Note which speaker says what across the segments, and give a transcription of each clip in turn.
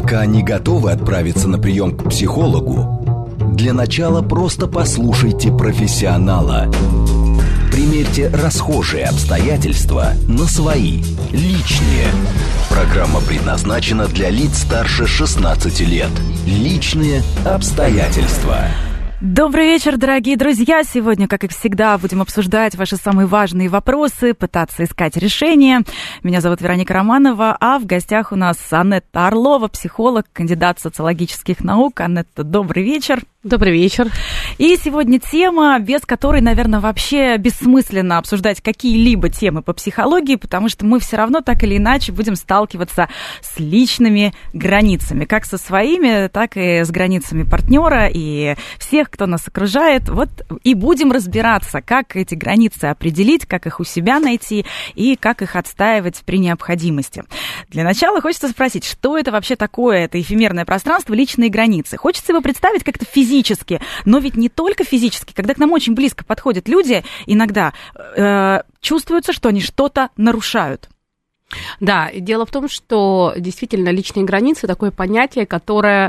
Speaker 1: Пока не готовы отправиться на прием к психологу, для начала просто послушайте профессионала. Примерьте расхожие обстоятельства на свои, личные. Программа предназначена для лиц старше 16 лет. Личные обстоятельства.
Speaker 2: Добрый вечер, дорогие друзья! Сегодня, как и всегда, будем обсуждать ваши самые важные вопросы, пытаться искать решения. Меня зовут Вероника Романова, а в гостях у нас Анетта Орлова, психолог, кандидат социологических наук. Анетта, добрый вечер!
Speaker 3: Добрый вечер.
Speaker 2: И сегодня тема, без которой, наверное, вообще бессмысленно обсуждать какие-либо темы по психологии, потому что мы все равно так или иначе будем сталкиваться с личными границами, как со своими, так и с границами партнера и всех, кто нас окружает. Вот и будем разбираться, как эти границы определить, как их у себя найти и как их отстаивать при необходимости. Для начала хочется спросить, что это вообще такое, это эфемерное пространство, личные границы. Хочется его представить как-то физически, но ведь не только физически. Когда к нам очень близко подходят люди, иногда чувствуется, что они что-то нарушают.
Speaker 3: Да, и дело в том, что действительно личные границы такое понятие, которое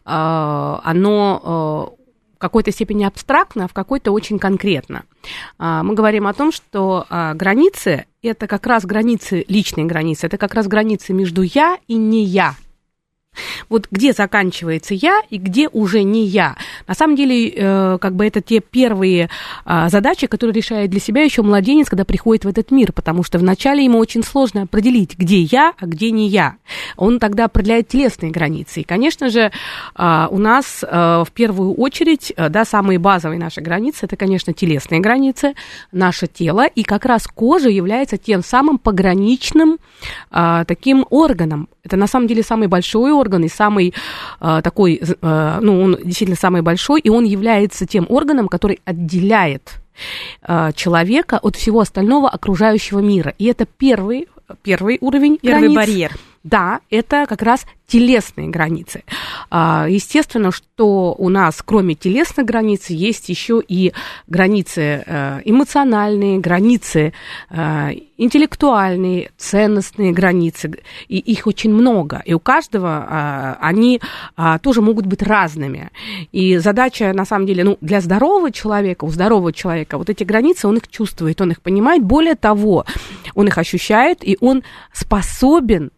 Speaker 3: оно в какой-то степени абстрактно, а в какой-то очень конкретно. Мы говорим о том, что границы – это как раз границы, личные границы, это как раз границы между «я» и «не я». Вот где заканчивается я и где уже не я. На самом деле, как бы это те первые задачи, которые решает для себя еще младенец, когда приходит в этот мир, потому что вначале ему очень сложно определить, где я, а где не я. Он тогда определяет телесные границы. И, конечно же, у нас в первую очередь, да, самые базовые наши границы, это, конечно, телесные границы, наше тело, и как раз кожа является тем самым пограничным таким органом. Это на самом деле самый большой орган и самый такой, он действительно самый большой, и он является тем органом, который отделяет человека от всего остального окружающего мира. И это первый уровень
Speaker 2: Первый
Speaker 3: границ.
Speaker 2: барьер.
Speaker 3: Да, это как раз телесные границы. Естественно, что у нас, кроме телесных границ, есть еще и границы эмоциональные, границы интеллектуальные, ценностные границы. И их очень много. И у каждого они тоже могут быть разными. И задача, на самом деле, для здорового человека, у здорового человека вот эти границы, он их чувствует, он их понимает. Более того, он их ощущает, и он способен.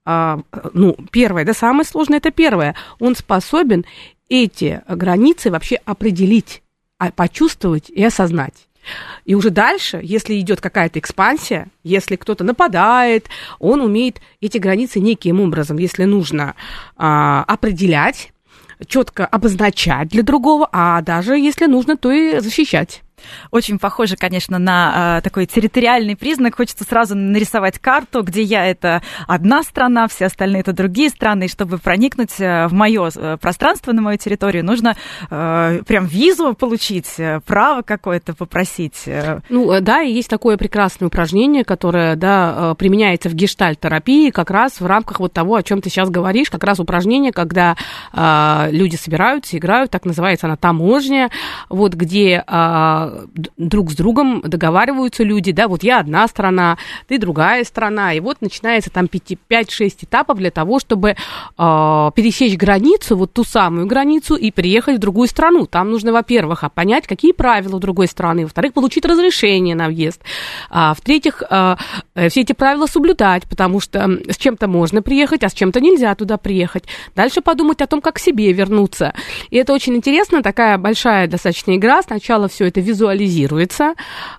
Speaker 3: Первое, да, самое сложное, это первое. Он способен эти границы вообще определить, почувствовать и осознать. И уже дальше, если идет какая-то экспансия, если кто-то нападает, он умеет эти границы неким образом, если нужно, определять, четко обозначать для другого, а даже если нужно, то и защищать.
Speaker 2: Очень похоже, конечно, на такой территориальный признак. Хочется сразу нарисовать карту, где я – это одна страна, все остальные – это другие страны. И чтобы проникнуть в мое пространство, на мою территорию, нужно прям визу получить, право какое-то попросить.
Speaker 3: Да, и есть такое прекрасное упражнение, которое, да, применяется в гештальт-терапии как раз в рамках вот того, о чем ты сейчас говоришь. Как раз упражнение, когда люди собираются, играют, так называется она таможня, вот где друг с другом договариваются люди, да, вот я одна страна, ты другая страна, и вот начинается там 5-6 этапов для того, чтобы пересечь границу, вот ту самую границу, и приехать в другую страну. Там нужно, во-первых, понять, какие правила у другой страны, во-вторых, получить разрешение на въезд, в-третьих, все эти правила соблюдать, потому что с чем-то можно приехать, а с чем-то нельзя туда приехать. Дальше подумать о том, как к себе вернуться. И это очень интересно, такая большая достаточно игра. Сначала все это визуализируется,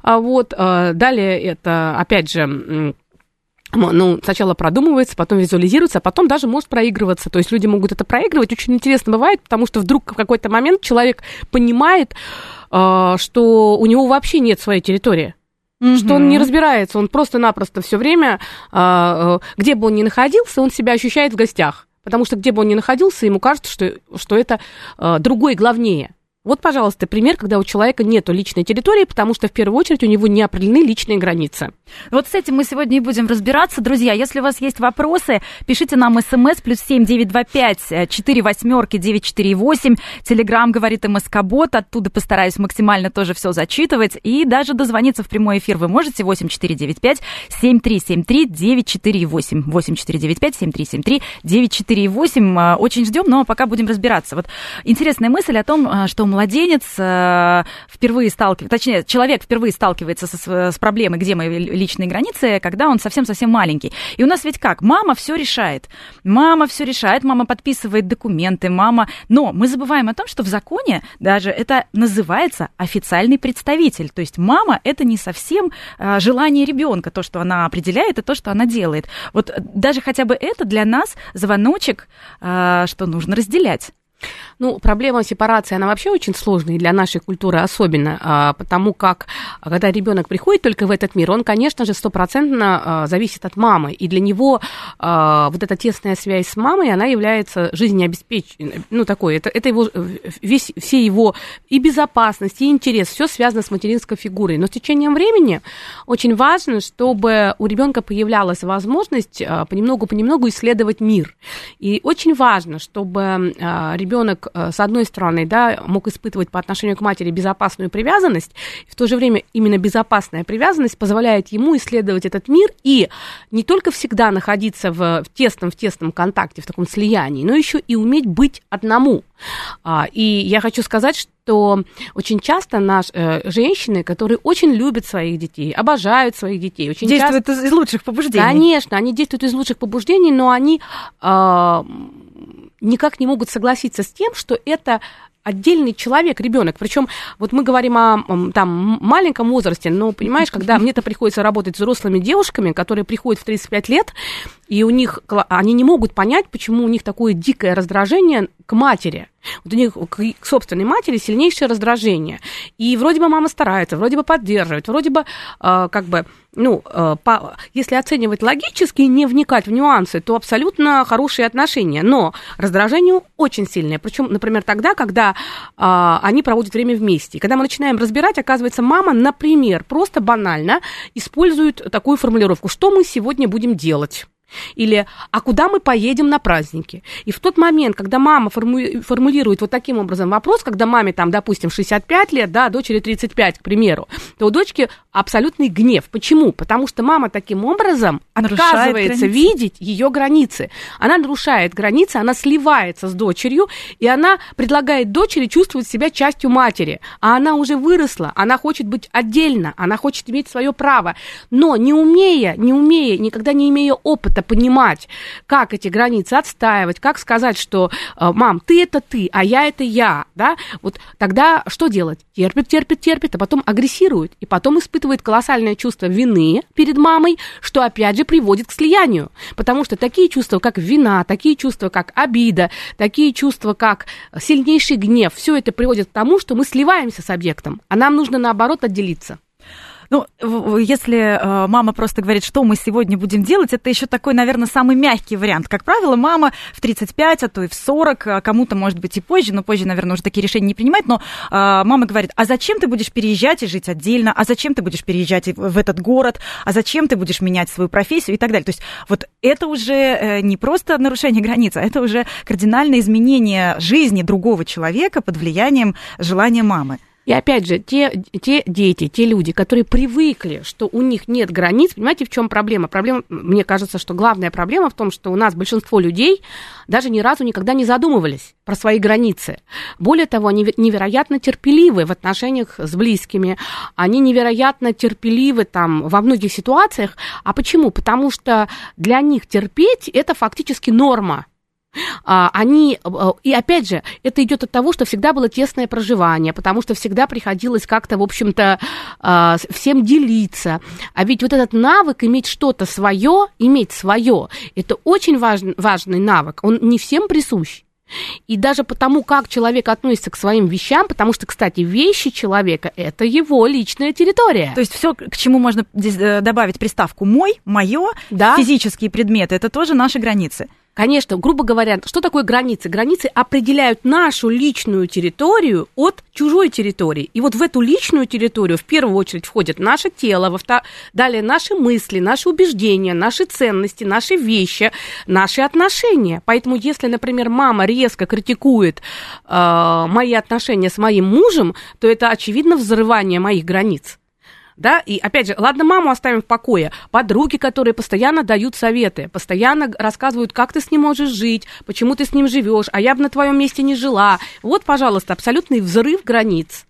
Speaker 3: далее это, опять же, сначала продумывается, потом визуализируется, а потом даже может проигрываться. То есть люди могут это проигрывать. Очень интересно бывает, потому что вдруг в какой-то момент человек понимает, что у него вообще нет своей территории. Что он не разбирается, он просто-напросто все время, где бы он ни находился, он себя ощущает в гостях. Потому что где бы он ни находился, ему кажется, что это другой главнее. Вот, пожалуйста, пример, когда у человека нет личной территории, потому что, в первую очередь, у него не определены личные границы.
Speaker 2: Вот с этим мы сегодня и будем разбираться. Друзья, если у вас есть вопросы, пишите нам смс +7 925 4 восьмерки 948. Телеграм говорит МСК-бот. Оттуда постараюсь максимально тоже все зачитывать. И даже дозвониться в прямой эфир вы можете 8495 7373 948. 8495 7373 948. Очень ждем, но пока будем разбираться. Вот интересная мысль о том, что младенец впервые сталкивается, точнее, человек впервые сталкивается с проблемой, где мои личные границы, когда он совсем-совсем маленький. И у нас ведь как? Мама все решает. Мама подписывает документы, Но мы забываем о том, что в законе даже это называется официальный представитель. То есть мама – это не совсем желание ребенка, то, что она определяет, и то, что она делает. Вот даже хотя бы это для нас звоночек, что нужно разделять.
Speaker 3: Ну, проблема сепарации, она вообще очень сложная, и для нашей культуры особенно, потому как, когда ребенок приходит только в этот мир, он, конечно же, 100% зависит от мамы, и для него вот эта тесная связь с мамой, она является жизнеобеспечением, это его, все его и безопасность, и интерес, все связано с материнской фигурой, но с течением времени очень важно, чтобы у ребенка появлялась возможность понемногу исследовать мир, и очень важно, чтобы ребенок, с одной стороны, да, мог испытывать по отношению к матери безопасную привязанность, и в то же время именно безопасная привязанность позволяет ему исследовать этот мир и не только всегда находиться в тесном контакте, в таком слиянии, но еще и уметь быть одному. И я хочу сказать, что очень часто женщины, которые очень любят своих детей, обожают своих детей, очень
Speaker 2: действуют из лучших побуждений.
Speaker 3: Конечно, они действуют из лучших побуждений, но они никак не могут согласиться с тем, что это отдельный человек, ребенок. Причем вот мы говорим о маленьком возрасте, но, понимаешь, когда мне-то приходится работать с взрослыми девушками, которые приходят в 35 лет, и они не могут понять, почему у них такое дикое раздражение к матери. Вот у них к собственной матери сильнейшее раздражение. И вроде бы мама старается, вроде бы поддерживает, вроде бы если оценивать логически и не вникать в нюансы, то абсолютно хорошие отношения. Но раздражение очень сильное. Причем, например, тогда, когда они проводят время вместе. И когда мы начинаем разбирать, оказывается, мама, например, просто банально использует такую формулировку: что мы сегодня будем делать? Или «а куда мы поедем на праздники?» И в тот момент, когда мама формулирует вот таким образом вопрос, когда маме, допустим, 65 лет, да, дочери 35, к примеру, то у дочки абсолютный гнев. Почему? Потому что мама таким образом отказывается видеть ее границы. Она нарушает границы, она сливается с дочерью, и она предлагает дочери чувствовать себя частью матери. А она уже выросла, она хочет быть отдельно, она хочет иметь свое право. Но не умея, никогда не имея опыта понимать, как эти границы отстаивать, как сказать, что «мам, ты это ты, а я это я», да, вот тогда что делать? Терпит, а потом агрессирует, и потом испытывает колоссальное чувство вины перед мамой, что опять же приводит к слиянию, потому что такие чувства, как вина, такие чувства, как обида, такие чувства, как сильнейший гнев, все это приводит к тому, что мы сливаемся с объектом, а нам нужно, наоборот, отделиться.
Speaker 2: Ну, если мама просто говорит, что мы сегодня будем делать, это еще такой, наверное, самый мягкий вариант. Как правило, мама в 35, а то и в 40, кому-то, может быть, и позже, но позже, наверное, уже такие решения не принимает, но мама говорит: а зачем ты будешь переезжать и жить отдельно, а зачем ты будешь переезжать в этот город, а зачем ты будешь менять свою профессию и так далее. То есть вот это уже не просто нарушение границ, а это уже кардинальное изменение жизни другого человека под влиянием желания мамы.
Speaker 3: И опять же, те дети, те люди, которые привыкли, что у них нет границ, понимаете, в чем проблема? Проблема, мне кажется, что главная проблема в том, что у нас большинство людей даже ни разу никогда не задумывались про свои границы. Более того, они невероятно терпеливы в отношениях с близкими, они невероятно терпеливы во многих ситуациях. А почему? Потому что для них терпеть – это фактически норма. И опять же, это идет от того, что всегда было тесное проживание, потому что всегда приходилось как-то, в общем-то, всем делиться. А ведь вот этот навык иметь что-то свое, это очень важный навык, он не всем присущ. И даже потому, как человек относится к своим вещам, потому что, кстати, вещи человека – это его личная территория.
Speaker 2: То есть все, к чему можно здесь добавить приставку «мой», «моё», да. Физические предметы – это тоже наши границы.
Speaker 3: Конечно, грубо говоря, что такое границы? Границы определяют нашу личную территорию от чужой территории. И вот в эту личную территорию в первую очередь входит наше тело, далее наши мысли, наши убеждения, наши ценности, наши вещи, наши отношения. Поэтому если, например, мама резко критикует мои отношения с моим мужем, то это, очевидно, взрывание моих границ. Да, и опять же, ладно, маму оставим в покое, подруги, которые постоянно дают советы, постоянно рассказывают, как ты с ним можешь жить, почему ты с ним живешь, а я бы на твоем месте не жила. Вот, пожалуйста, абсолютный взрыв границ.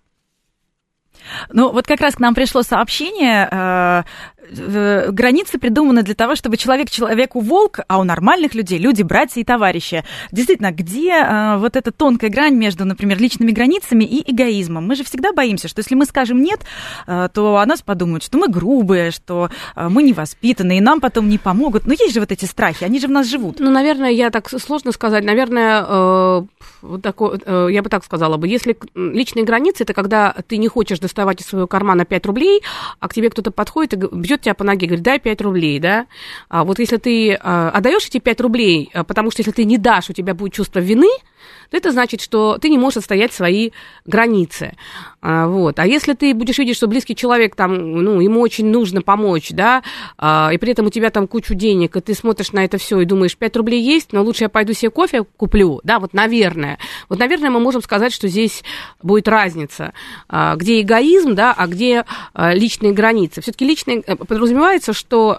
Speaker 2: Ну, вот как раз к нам пришло сообщение. Границы придуманы для того, чтобы человек человеку волк, а у нормальных людей люди братья и товарищи. Действительно, где вот эта тонкая грань между, например, личными границами и эгоизмом? Мы же всегда боимся, что если мы скажем «нет», то о нас подумают, что мы грубые, что мы невоспитанные, и нам потом не помогут. Но есть же вот эти страхи, они же в нас живут.
Speaker 3: Ну, наверное, я так сложно сказать. Наверное, вот такое, я бы так сказала бы. Если личные границы, это когда ты не хочешь доставать из своего кармана 5 рублей, а к тебе кто-то подходит и бьет тебя по ноге, говорит, дай 5 рублей, да? А вот если ты отдаешь эти 5 рублей, потому что если ты не дашь, у тебя будет чувство вины, то это значит, что ты не можешь отстоять свои границы. Вот. А если ты будешь видеть, что близкий человек, там, ну, ему очень нужно помочь, да, и при этом у тебя там кучу денег, и ты смотришь на это все и думаешь, 5 рублей есть, но лучше я пойду себе кофе куплю, да, вот, наверное. Вот, наверное, мы можем сказать, что здесь будет разница, где эгоизм, да, а где личные границы. Все-таки личные, подразумевается, что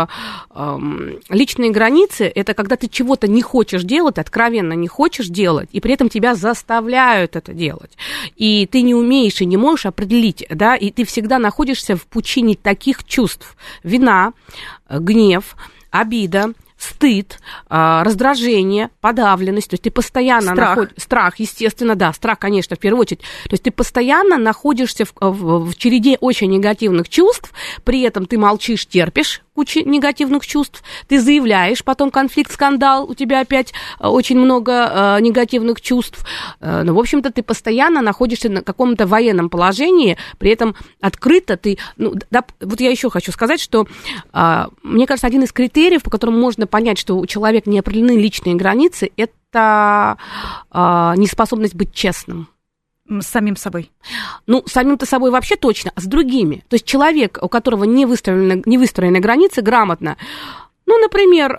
Speaker 3: личные границы – это когда ты чего-то не хочешь делать, откровенно не хочешь делать, и при этом тебя заставляют это делать. И ты не умеешь и не можешь определить, да, и ты всегда находишься в пучине таких чувств. Вина, гнев, обида, стыд, раздражение, подавленность, то есть ты постоянно страх, естественно, да, страх, конечно, в первую очередь, то есть ты постоянно находишься в череде очень негативных чувств, при этом ты молчишь, терпишь кучу негативных чувств, ты заявляешь, потом конфликт, скандал, у тебя опять очень много негативных чувств, но, в общем-то, ты постоянно находишься на каком-то военном положении, при этом открыто ты, ну, да, вот я еще хочу сказать, что, мне кажется, один из критериев, по которому можно понять, что у человека не определены личные границы, это неспособность быть честным.
Speaker 2: С самим собой?
Speaker 3: Ну, с самим-то собой вообще точно, а с другими. То есть человек, у которого не выстроены границы грамотно, ну, например,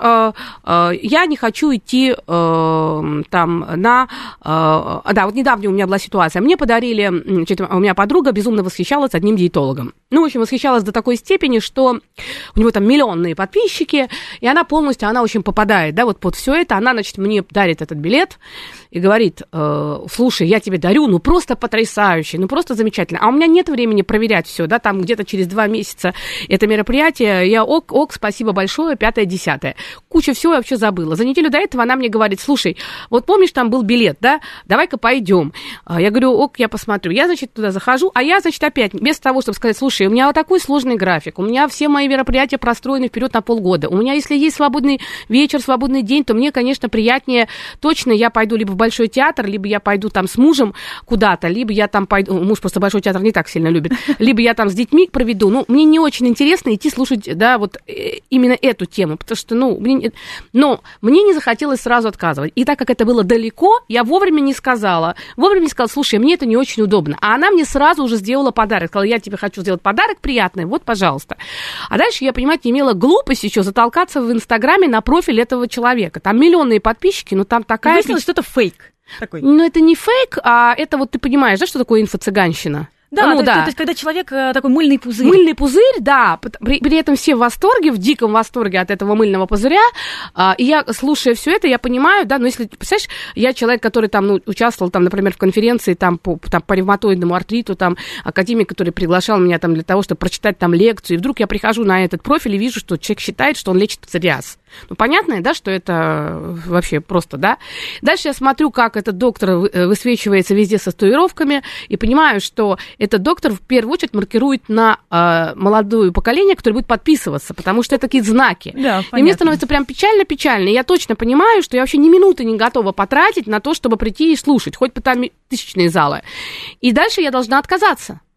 Speaker 3: я не хочу идти там на... Да, вот недавно у меня была ситуация. Мне подарили... Значит, у меня подруга безумно восхищалась одним диетологом. Ну, в общем, восхищалась до такой степени, что у него там миллионные подписчики, и она полностью, она очень попадает, да, вот под все это. Она, значит, мне дарит этот билет и говорит, слушай, я тебе дарю, ну, просто потрясающе, ну, просто замечательно. А у меня нет времени проверять все, да, там где-то через 2 месяца это мероприятие. Я ок, спасибо большое, 5-10. Куча всего я вообще забыла. За неделю до этого она мне говорит, слушай, вот помнишь, там был билет, да, давай-ка пойдем. Я говорю, ок, я посмотрю. Я, значит, туда захожу, а я, значит, опять, вместо того, чтобы сказать, слушай, у меня вот такой сложный график, у меня все мои мероприятия простроены вперед на полгода, у меня, если есть свободный вечер, свободный день, то мне, конечно, приятнее, точно я пойду либо в Большой театр, либо я пойду там с мужем куда-то, либо я там пойду, муж просто Большой театр не так сильно любит, либо я там с детьми проведу. Ну, мне не очень интересно идти слушать, да, вот именно эту тему, потому что, ну, но мне не захотелось сразу отказывать. И так как это было далеко, я вовремя не сказала, слушай, мне это не очень удобно. А она мне сразу уже сделала подарок. Сказала, я тебе хочу сделать подарок приятный, вот, пожалуйста. А дальше я, понимаете, имела глупость еще затолкаться в Инстаграме на профиль этого человека. Там миллионные подписчики, но там такая...
Speaker 2: Выяснилось, что это фейк такой.
Speaker 3: Ну, это не фейк, а это вот ты понимаешь, да, что такое инфо-цыганщина?
Speaker 2: Да, ну, то есть, когда человек такой мыльный пузырь.
Speaker 3: Мыльный пузырь, да, при этом все в восторге, в диком восторге от этого мыльного пузыря, и я, слушая все это, я понимаю, да, но если, представляешь, я человек, который там, ну, участвовал, там, например, в конференции там, по ревматоидному артриту, там, академик, который приглашал меня там для того, чтобы прочитать там лекцию, и вдруг я прихожу на этот профиль и вижу, что человек считает, что он лечит псориаз. Ну, понятно, да, что это вообще просто, да. Дальше я смотрю, как этот доктор высвечивается везде со татуировками, и понимаю, что этот доктор в первую очередь маркирует на молодое поколение, которое будет подписываться, потому что это такие знаки.
Speaker 2: Да,
Speaker 3: и мне становится прям печально-печально. И я точно понимаю, что я вообще ни минуты не готова потратить на то, чтобы прийти и слушать, хоть бы там тысячные залы. И дальше я должна отказаться.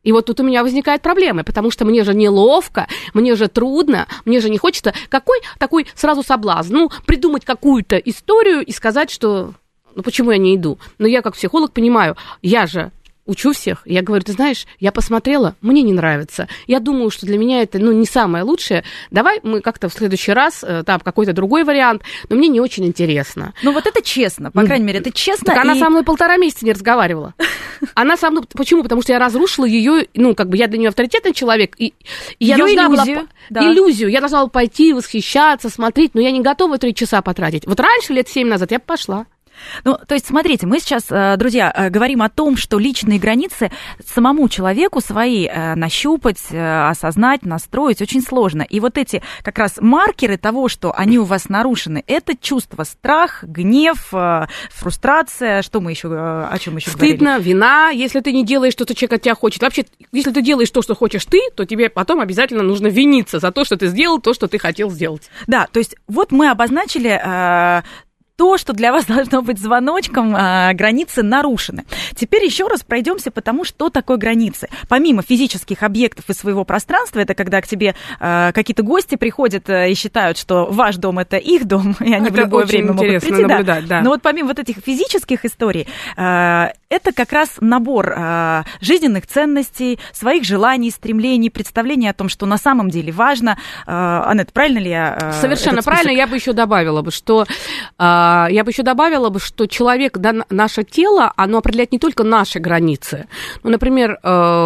Speaker 3: И вот тут у меня возникают проблемы, потому что мне же неловко, мне же трудно, мне же не хочется. Какой такой сразу соблазн? Ну, придумать какую-то историю и сказать, что... Ну, почему я не иду? Но я как психолог понимаю, я же учу всех. Я говорю, ты знаешь, я посмотрела, мне не нравится. Я думаю, что для меня это, не самое лучшее. Давай мы как-то в следующий раз, там, какой-то другой вариант, но мне не очень интересно.
Speaker 2: Ну, вот это честно, по крайней мере, это честно.
Speaker 3: Так она со мной 1,5 месяца не разговаривала. Она со мной... Почему? Потому что я разрушила ее, я для нее авторитетный человек, и я должна
Speaker 2: иллюзию,
Speaker 3: была... Иллюзию. Я должна была пойти, восхищаться, смотреть, но я не готова 3 часа потратить. Вот раньше, лет 7 назад, я бы пошла.
Speaker 2: Ну, то есть, смотрите, мы сейчас, друзья, говорим о том, что личные границы самому человеку свои нащупать, осознать, настроить очень сложно. И вот эти как раз маркеры того, что они у вас нарушены, это чувство страх, гнев, фрустрация, что мы еще, о чем еще говорили?
Speaker 3: Стыдно, вина, если ты не делаешь то, что человек от тебя хочет. Вообще, если ты делаешь то, что хочешь ты, то тебе потом обязательно нужно виниться за то, что ты сделал то, что ты хотел сделать.
Speaker 2: Да, то есть вот мы обозначили... то, что для вас должно быть звоночком, границы нарушены. Теперь еще раз пройдемся по тому, что такое границы. Помимо физических объектов и своего пространства, это когда к тебе какие-то гости приходят и считают, что ваш дом – это их дом, и они в любое время могут прийти.
Speaker 3: Наблюдать, да.
Speaker 2: Но вот помимо вот этих физических историй, это как раз набор жизненных ценностей, своих желаний, стремлений, представления о том, что на самом деле важно. Аннет, правильно ли я?
Speaker 3: Совершенно правильно. Я бы еще добавила бы, что человек, да, наше тело, оно определяет не только наши границы. Ну, например,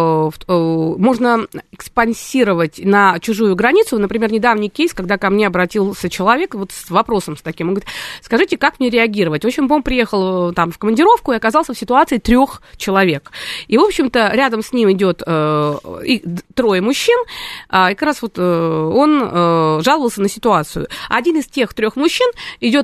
Speaker 3: можно экспансировать на чужую границу. Например, недавний кейс, когда ко мне обратился человек вот с вопросом с таким. Он говорит, скажите, как мне реагировать? В общем, он приехал там в командировку и оказался в ситуации 3 человек. И, в общем-то, рядом с ним идет 3 мужчин, и как раз вот он жаловался на ситуацию. Один из тех 3 мужчин идет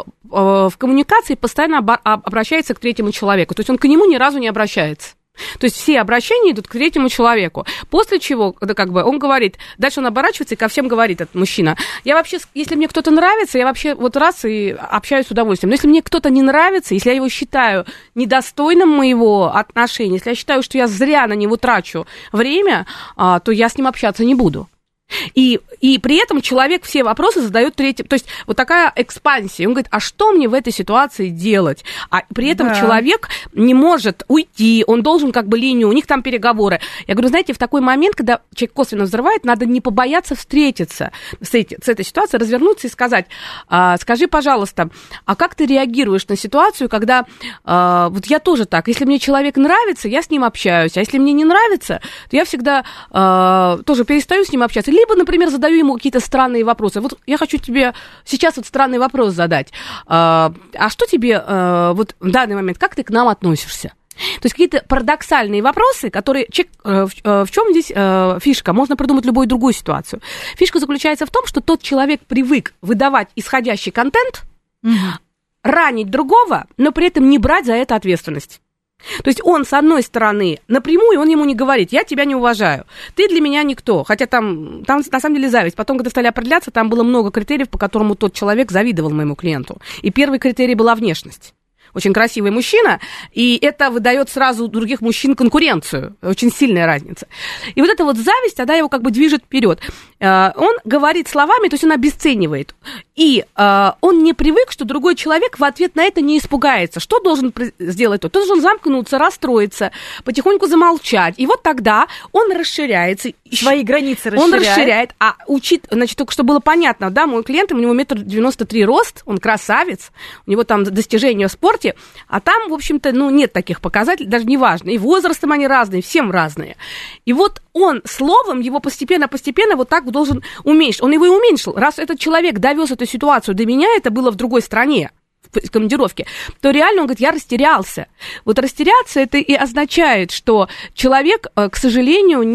Speaker 3: в коммуникации, постоянно обращается к 3 человеку. То есть он к нему ни разу не обращается. То есть все обращения идут к 3 человеку. После чего, он говорит, дальше он оборачивается и ко всем говорит, этот мужчина, я вообще, если мне кто-то нравится, я вообще вот раз и общаюсь с удовольствием. Но если мне кто-то не нравится, если я его считаю недостойным моего отношения, если я считаю, что я зря на него трачу время, то я с ним общаться не буду. И при этом человек все вопросы задает 3. То есть вот такая экспансия. Он говорит, а что мне в этой ситуации делать? А при этом человек не может уйти, он должен линию, у них там переговоры. Я говорю, знаете, в такой момент, когда человек косвенно взрывает, надо не побояться встретиться с этой ситуацией, развернуться и сказать, скажи, пожалуйста, а как ты реагируешь на ситуацию, когда вот я тоже так, если мне человек нравится, я с ним общаюсь, а если мне не нравится, то я всегда тоже перестаю с ним общаться. Либо, например, задаю ему какие-то странные вопросы. Вот я хочу тебе сейчас вот странный вопрос задать. А что тебе вот в данный момент, как ты к нам относишься? То есть какие-то парадоксальные вопросы, которые... В чем здесь фишка? Можно придумать любую другую ситуацию. Фишка заключается в том, что тот человек привык выдавать исходящий контент, ранить другого, но при этом не брать за это ответственность. То есть он, с одной стороны, напрямую, он ему не говорит, я тебя не уважаю, ты для меня никто, хотя там на самом деле зависть. Потом, когда стали определяться, там было много критериев, по которому тот человек завидовал моему клиенту. И первый критерий была внешность. Очень красивый мужчина, и это выдает сразу у других мужчин конкуренцию. Очень сильная разница. И вот эта вот зависть, она его движет вперед. Он говорит словами, то есть он обесценивает. И он не привык, что другой человек в ответ на это не испугается. Что должен сделать тот? Тот должен замкнуться, расстроиться, потихоньку замолчать. И вот тогда он расширяется.
Speaker 2: Свои границы расширяет.
Speaker 3: Он расширяет. Значит, только чтобы было понятно, да, мой клиент, у него 1,93 м рост, он красавец, у него там достижения в спорте, а там, в общем-то, нет таких показателей, даже не важно. И возрастом они разные, всем разные. И вот он словом его постепенно вот так должен уменьшить. Он его и уменьшил. Раз этот человек довез эту ситуацию до меня, это было в другой стране, в командировке, то реально он говорит, я растерялся. Вот растеряться это и означает, что человек, к сожалению,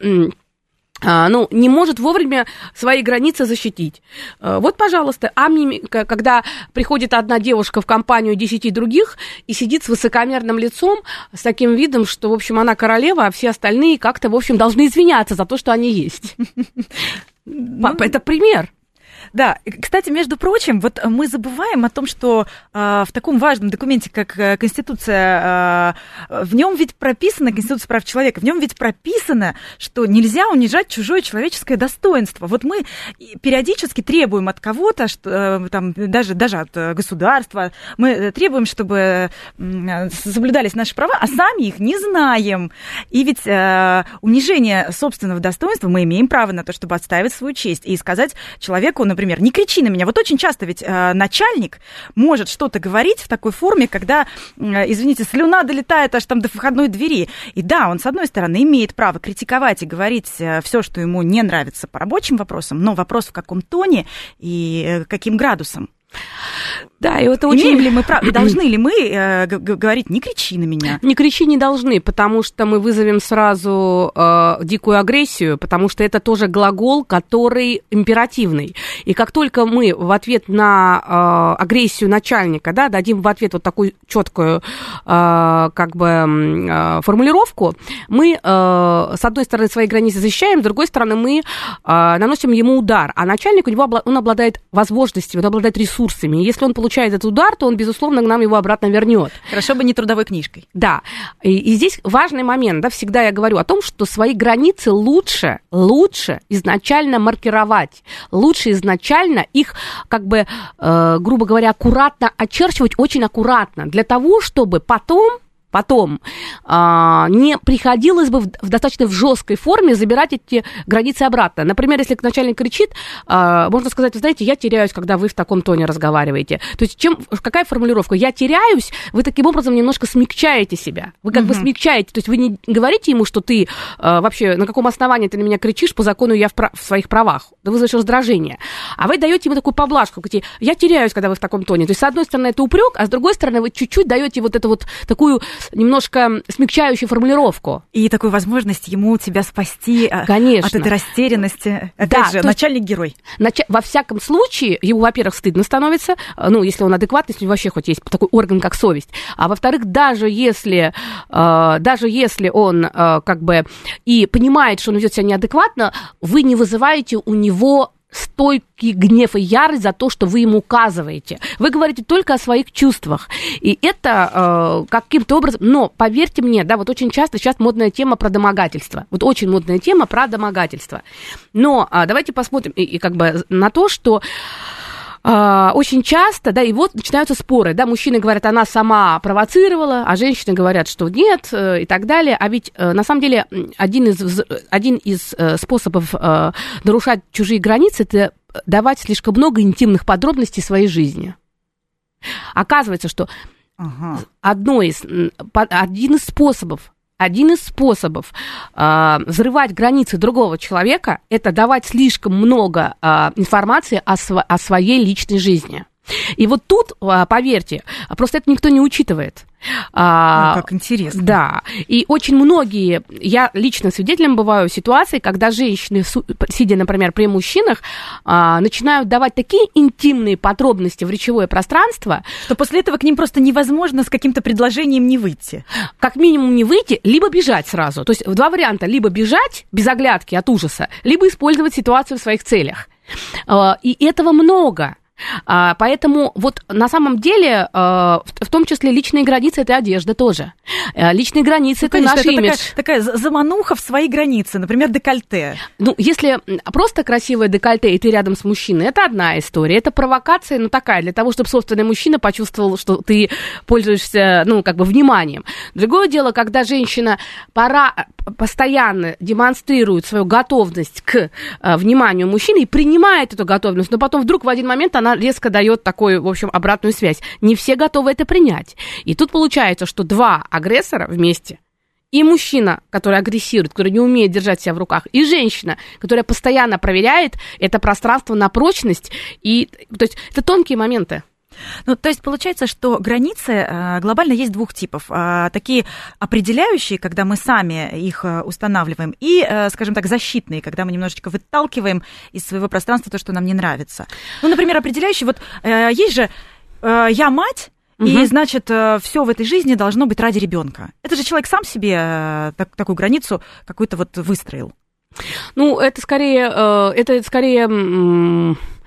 Speaker 3: не может вовремя свои границы защитить. Вот, пожалуйста, когда приходит одна девушка в компанию 10 других и сидит с высокомерным лицом, с таким видом, что, в общем, она королева, а все остальные как-то, в общем, должны извиняться за то, что они есть. Это пример.
Speaker 2: Да, кстати, между прочим, вот мы забываем о том, что в таком важном документе, как Конституция, в нем ведь прописано, Конституция прав человека, в нем ведь прописано, что нельзя унижать чужое человеческое достоинство. Вот мы периодически требуем от кого-то, что, там, даже от государства, мы требуем, чтобы соблюдались наши права, а сами их не знаем. И ведь унижение собственного достоинства, мы имеем право на то, чтобы отстаивать свою честь и сказать человеку, например, не кричи на меня. Вот очень часто ведь начальник может что-то говорить в такой форме, когда, извините, слюна долетает аж там до входной двери. И да, он, с одной стороны, имеет право критиковать и говорить все, что ему не нравится по рабочим вопросам, но вопрос в каком тоне и каким градусом.
Speaker 3: Да, и это очень...
Speaker 2: Имеем ли мы право, должны ли мы говорить, не кричи на меня?
Speaker 3: Не кричи не должны, потому что мы вызовем сразу дикую агрессию, потому что это тоже глагол, который императивный. И как только мы в ответ на агрессию начальника, да, дадим в ответ вот такую четкую формулировку, мы, с одной стороны, свои границы защищаем, с другой стороны, мы наносим ему удар. А начальник, он обладает возможностями, он обладает ресурсами. И если он получает этот удар, то он, безусловно, к нам его обратно вернет.
Speaker 2: Хорошо бы не трудовой книжкой.
Speaker 3: Да. И здесь важный момент. Да, всегда я говорю о том, что свои границы лучше изначально маркировать. Лучше изначально их, грубо говоря, аккуратно очерчивать, очень аккуратно, для того, чтобы потом не приходилось бы в достаточно жесткой форме забирать эти границы обратно. Например, если начальник кричит, можно сказать, вы знаете, я теряюсь, когда вы в таком тоне разговариваете. То есть какая формулировка? Я теряюсь, вы таким образом немножко смягчаете себя. Вы бы смягчаете, то есть вы не говорите ему, что ты вообще, на каком основании ты на меня кричишь, по закону я в своих правах. Ты вызываешь раздражение. А вы даете ему такую поблажку, говорите, я теряюсь, когда вы в таком тоне. То есть, с одной стороны, это упрек, а с другой стороны, вы чуть-чуть даете вот эту вот такую немножко смягчающую формулировку.
Speaker 2: И такую возможность ему тебя спасти
Speaker 3: Конечно.
Speaker 2: От этой растерянности. Опять же, начальник-герой.
Speaker 3: Во всяком случае, ему, во-первых, стыдно становится, если он адекватный, если вообще хоть есть такой орган, как совесть. А во-вторых, даже если он и понимает, что он ведет себя неадекватно, вы не вызываете у него стойкий гнев и ярость за то, что вы ему указываете. Вы говорите только о своих чувствах. И это каким-то образом... Но, поверьте мне, да, вот очень часто сейчас модная тема про домогательство. Вот очень модная тема про домогательство. Но давайте посмотрим на то, что... очень часто, да, и вот начинаются споры, да, мужчины говорят, она сама провоцировала, а женщины говорят, что нет, и так далее, а ведь на самом деле один из способов нарушать чужие границы – это давать слишком много интимных подробностей своей жизни. Оказывается, что один из способов взрывать границы другого человека – это давать слишком много информации о своей личной жизни. И вот тут, поверьте, просто это никто не учитывает.
Speaker 2: Как интересно.
Speaker 3: Да. И очень многие, я лично свидетелем бываю ситуаций, когда женщины, сидя, например, при мужчинах, начинают давать такие интимные подробности в речевое пространство,
Speaker 2: что после этого к ним просто невозможно с каким-то предложением не выйти.
Speaker 3: Как минимум не выйти, либо бежать сразу. То есть два варианта: либо бежать без оглядки от ужаса, либо использовать ситуацию в своих целях. И этого много. Поэтому вот на самом деле, в том числе личные границы – это одежда тоже. Личные границы – это наш имидж.
Speaker 2: Такая замануха в свои границы, например, декольте.
Speaker 3: Если просто красивое декольте, и ты рядом с мужчиной, это одна история. Это провокация, такая, для того, чтобы собственный мужчина почувствовал, что ты пользуешься, вниманием. Другое дело, когда женщина постоянно демонстрирует свою готовность к вниманию мужчины и принимает эту готовность, но потом вдруг в один момент она резко дает такую, в общем, обратную связь. Не все готовы это принять. И тут получается, что два агрессора вместе, и мужчина, который агрессирует, который не умеет держать себя в руках, и женщина, которая постоянно проверяет это пространство на прочность, то есть это тонкие моменты.
Speaker 2: То есть получается, что границы глобально есть двух типов. Такие определяющие, когда мы сами их устанавливаем, и, скажем так, защитные, когда мы немножечко выталкиваем из своего пространства то, что нам не нравится. Например, определяющие, есть же «я мать», и, значит, все в этой жизни должно быть ради ребенка. Это же человек сам себе такую границу какую-то выстроил.
Speaker 3: Это скорее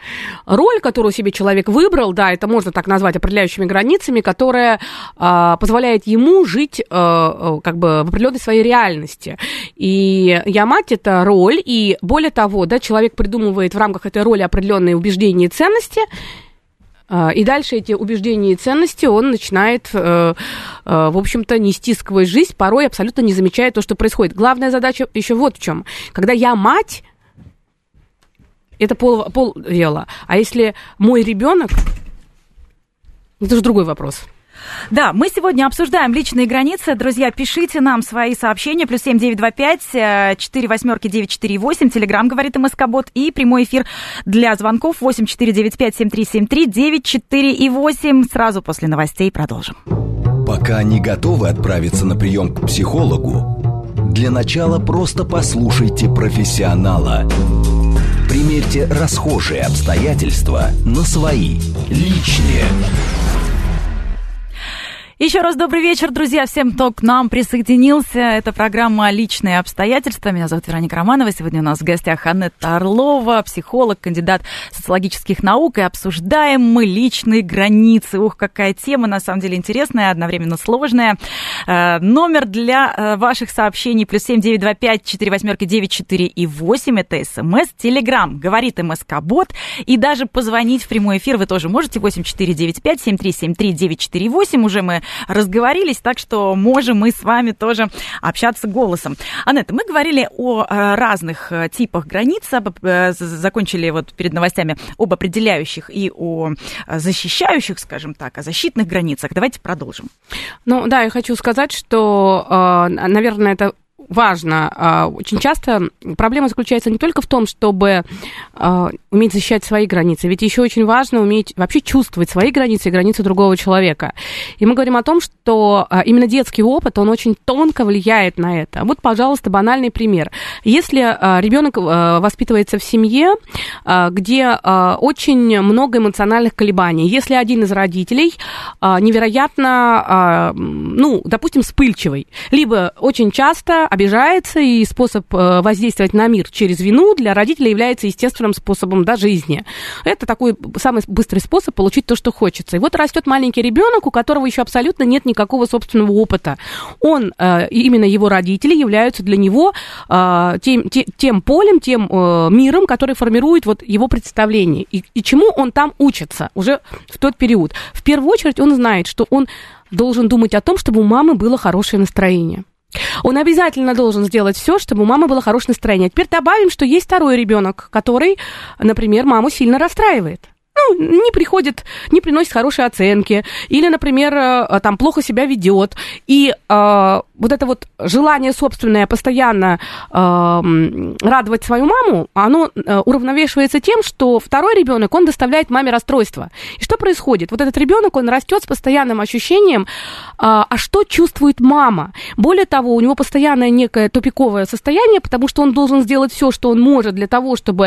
Speaker 3: Роль, которую себе человек выбрал, да, это можно так назвать определяющими границами, которая позволяет ему жить как бы в определенной своей реальности. И «я мать» — это роль, и более того, да, человек придумывает в рамках этой роли определенные убеждения и ценности, и дальше эти убеждения и ценности он начинает, в общем-то, нести сквозь жизнь, порой абсолютно не замечая то, что происходит. Главная задача еще вот в чем. Когда я мать, это полдела. А если мой ребенок, это же другой вопрос.
Speaker 2: Да, мы сегодня обсуждаем личные границы. Друзья, пишите нам свои сообщения. +7 925 48948. Телеграм говорит МСК-бот. И прямой эфир для звонков 8495 7373 94 и 8. Сразу после новостей продолжим.
Speaker 1: Пока не готовы отправиться на прием к психологу, для начала просто послушайте профессионала. Примерьте расхожие обстоятельства на свои, личные.
Speaker 2: Еще раз добрый вечер, друзья, всем, кто к нам присоединился. Это программа «Личные обстоятельства». Меня зовут Вероника Романова. Сегодня у нас в гостях Анетта Орлова, психолог, кандидат социологических наук. И обсуждаем мы личные границы. Ух, какая тема, на самом деле, интересная, одновременно сложная. Номер для ваших сообщений +7 925 489 и 8. Это СМС. Телеграм говорит МСК-бот. И даже позвонить в прямой эфир вы тоже можете. 8495 7373 948. Уже мы разговорились, так что можем мы с вами тоже общаться голосом. Анетта, мы говорили о разных типах границ, закончили вот перед новостями об определяющих и о защищающих, скажем так, о защитных границах. Давайте продолжим.
Speaker 3: Ну да, я хочу сказать, что, наверное, это важно. Очень часто проблема заключается не только в том, чтобы уметь защищать свои границы, ведь еще очень важно уметь вообще чувствовать свои границы и границы другого человека. И мы говорим о том, что именно детский опыт, он очень тонко влияет на это. Вот, пожалуйста, банальный пример. Если ребенок воспитывается в семье, где очень много эмоциональных колебаний, если один из родителей невероятно, ну, допустим, вспыльчивый, либо очень часто обижается, и способ воздействовать на мир через вину для родителя является естественным способом жизни. Это такой самый быстрый способ получить то, что хочется. И вот растет маленький ребенок, у которого еще абсолютно нет никакого собственного опыта. Он, именно его родители являются для него тем полем, тем миром, который формирует вот его представление. И чему он там учится уже в тот период. В первую очередь он знает, что он должен думать о том, чтобы у мамы было хорошее настроение. Он обязательно должен сделать все, чтобы у мамы было хорошее настроение. Теперь добавим, что есть второй ребенок, который, например, маму сильно расстраивает. Ну, не приходит, не приносит хорошие оценки, или, например, там плохо себя ведет. И вот это вот желание собственное постоянно радовать свою маму, оно уравновешивается тем, что второй ребенок, он доставляет маме расстройство. И что происходит? Вот этот ребенок, он растет с постоянным ощущением, а что чувствует мама. Более того, у него постоянное некое тупиковое состояние, потому что он должен сделать все, что он может для того, чтобы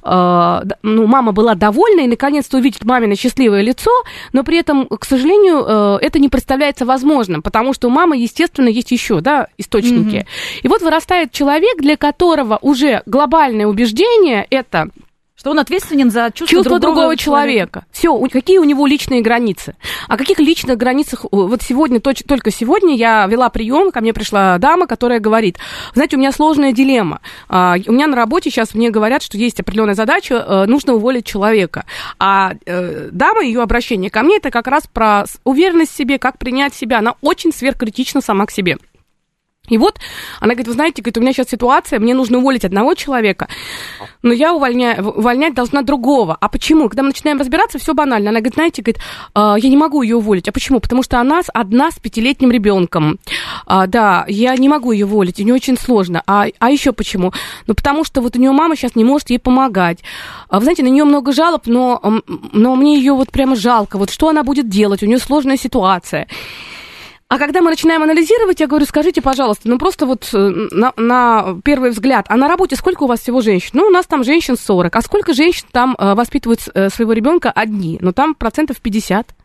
Speaker 3: мама была довольна и, наконец, увидеть мамино счастливое лицо, но при этом, к сожалению, это не представляется возможным, потому что у мамы, естественно, есть еще, да, источники. Mm-hmm. И вот вырастает человек, для которого уже глобальное убеждение – это…
Speaker 2: Что он ответственен за чувство другого человека.
Speaker 3: Все, какие у него личные границы. О каких личных границах вот сегодня, только сегодня я вела прием, ко мне пришла дама, которая говорит, знаете, у меня сложная дилемма. У меня на работе сейчас мне говорят, что есть определенная задача, нужно уволить человека. А дама, ее обращение ко мне, это как раз про уверенность в себе, как принять себя. Она очень сверхкритична сама к себе. И вот она говорит, вы знаете, говорит, у меня сейчас ситуация, мне нужно уволить одного человека, но я увольнять должна другого. А почему? Когда мы начинаем разбираться, все банально. Она говорит, знаете, говорит, я не могу ее уволить. А почему? Потому что она одна с 5-летним ребенком. Да, я не могу ее уволить, у нее очень сложно. А еще почему? Ну, потому что вот у нее мама сейчас не может ей помогать. Вы знаете, на нее много жалоб, но мне ее вот прямо жалко. Вот что она будет делать? У нее сложная ситуация. А когда мы начинаем анализировать, я говорю, скажите, пожалуйста, ну просто вот на первый взгляд, а на работе сколько у вас всего женщин? Ну, у нас там женщин 40. А сколько женщин там воспитывают своего ребенка одни? Ну, там 50%.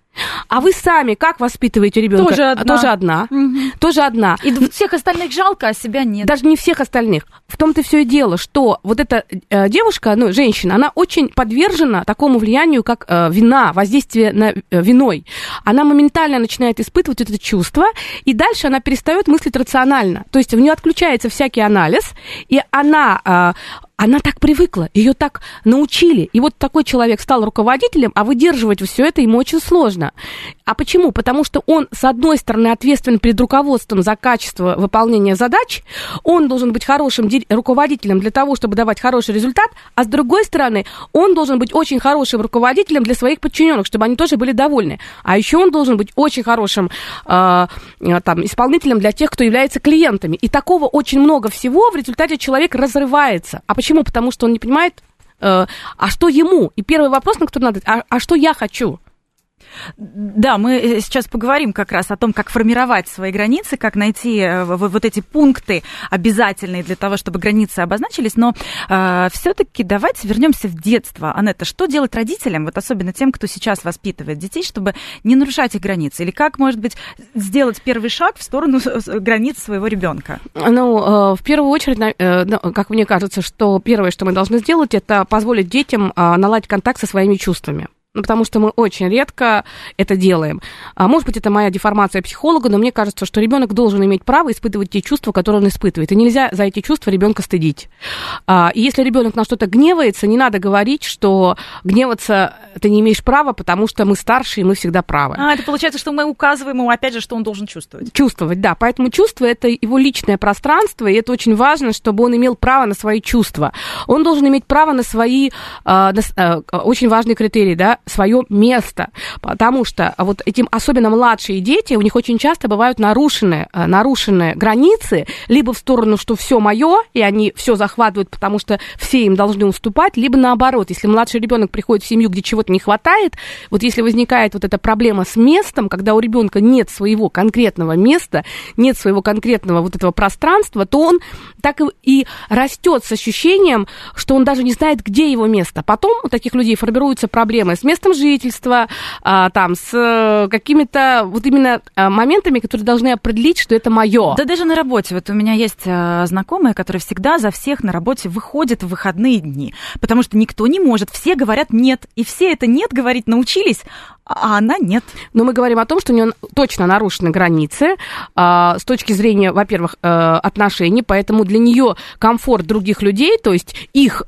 Speaker 3: А вы сами как воспитываете ребенка? Тоже одна. Тоже одна.
Speaker 2: И всех остальных жалко, а себя нет.
Speaker 3: Даже не всех остальных. В том-то все и дело, что вот эта девушка, женщина, она очень подвержена такому влиянию, как вина, воздействие виной. Она моментально начинает испытывать это чувство, и дальше она перестает мыслить рационально. То есть у нее отключается всякий анализ, и она так привыкла, ее так научили. И вот такой человек стал руководителем, а выдерживать все это ему очень сложно. А почему? Потому что он, с одной стороны, ответственен перед руководством за качество выполнения задач, он должен быть хорошим руководителем для того, чтобы давать хороший результат, а с другой стороны, он должен быть очень хорошим руководителем для своих подчиненных, чтобы они тоже были довольны. А еще он должен быть очень хорошим исполнителем для тех, кто является клиентами. И такого очень много всего, в результате человек разрывается. А почему? Потому что он не понимает, а что ему? И первый вопрос, на который надо ответить, а что я хочу?
Speaker 2: Да, мы сейчас поговорим как раз о том, как формировать свои границы, как найти вот эти пункты обязательные для того, чтобы границы обозначились, но все-таки давайте вернемся в детство. Анетта, что делать родителям, вот особенно тем, кто сейчас воспитывает детей, чтобы не нарушать их границы? Или как, может быть, сделать первый шаг в сторону границ своего ребенка?
Speaker 3: В первую очередь, как мне кажется, что первое, что мы должны сделать, это позволить детям наладить контакт со своими чувствами. Потому что мы очень редко это делаем. Может быть, это моя деформация психолога, но мне кажется, что ребенок должен иметь право испытывать те чувства, которые он испытывает. И нельзя за эти чувства ребенка стыдить. И если ребенок на что-то гневается, не надо говорить, что гневаться ты не имеешь права, потому что мы старше, и мы всегда правы.
Speaker 2: Это получается, что мы указываем ему, опять же, что он должен чувствовать.
Speaker 3: Чувствовать, да. Поэтому чувство – это его личное пространство, и это очень важно, чтобы он имел право на свои чувства. Он должен иметь право на свои очень важные критерии, да, свое место, потому что вот этим, особенно младшие дети, у них очень часто бывают нарушены границы, либо в сторону, что все мое, и они все захватывают, потому что все им должны уступать, либо наоборот, если младший ребенок приходит в семью, где чего-то не хватает, вот если возникает вот эта проблема с местом, когда у ребенка нет своего конкретного места, нет своего конкретного вот этого пространства, то он так и растет с ощущением, что он даже не знает, где его место. Потом у таких людей формируются проблемы с местом жительства, с какими-то вот именно моментами, которые должны определить, что это мое.
Speaker 2: Да даже на работе. Вот у меня есть знакомые, которые всегда за всех на работе выходят в выходные дни, потому что никто не может, все говорят «нет», и все это «нет» говорить научились, а она нет.
Speaker 3: Но мы говорим о том, что у нее точно нарушены границы с точки зрения, во-первых, отношений, поэтому для нее комфорт других людей, то есть их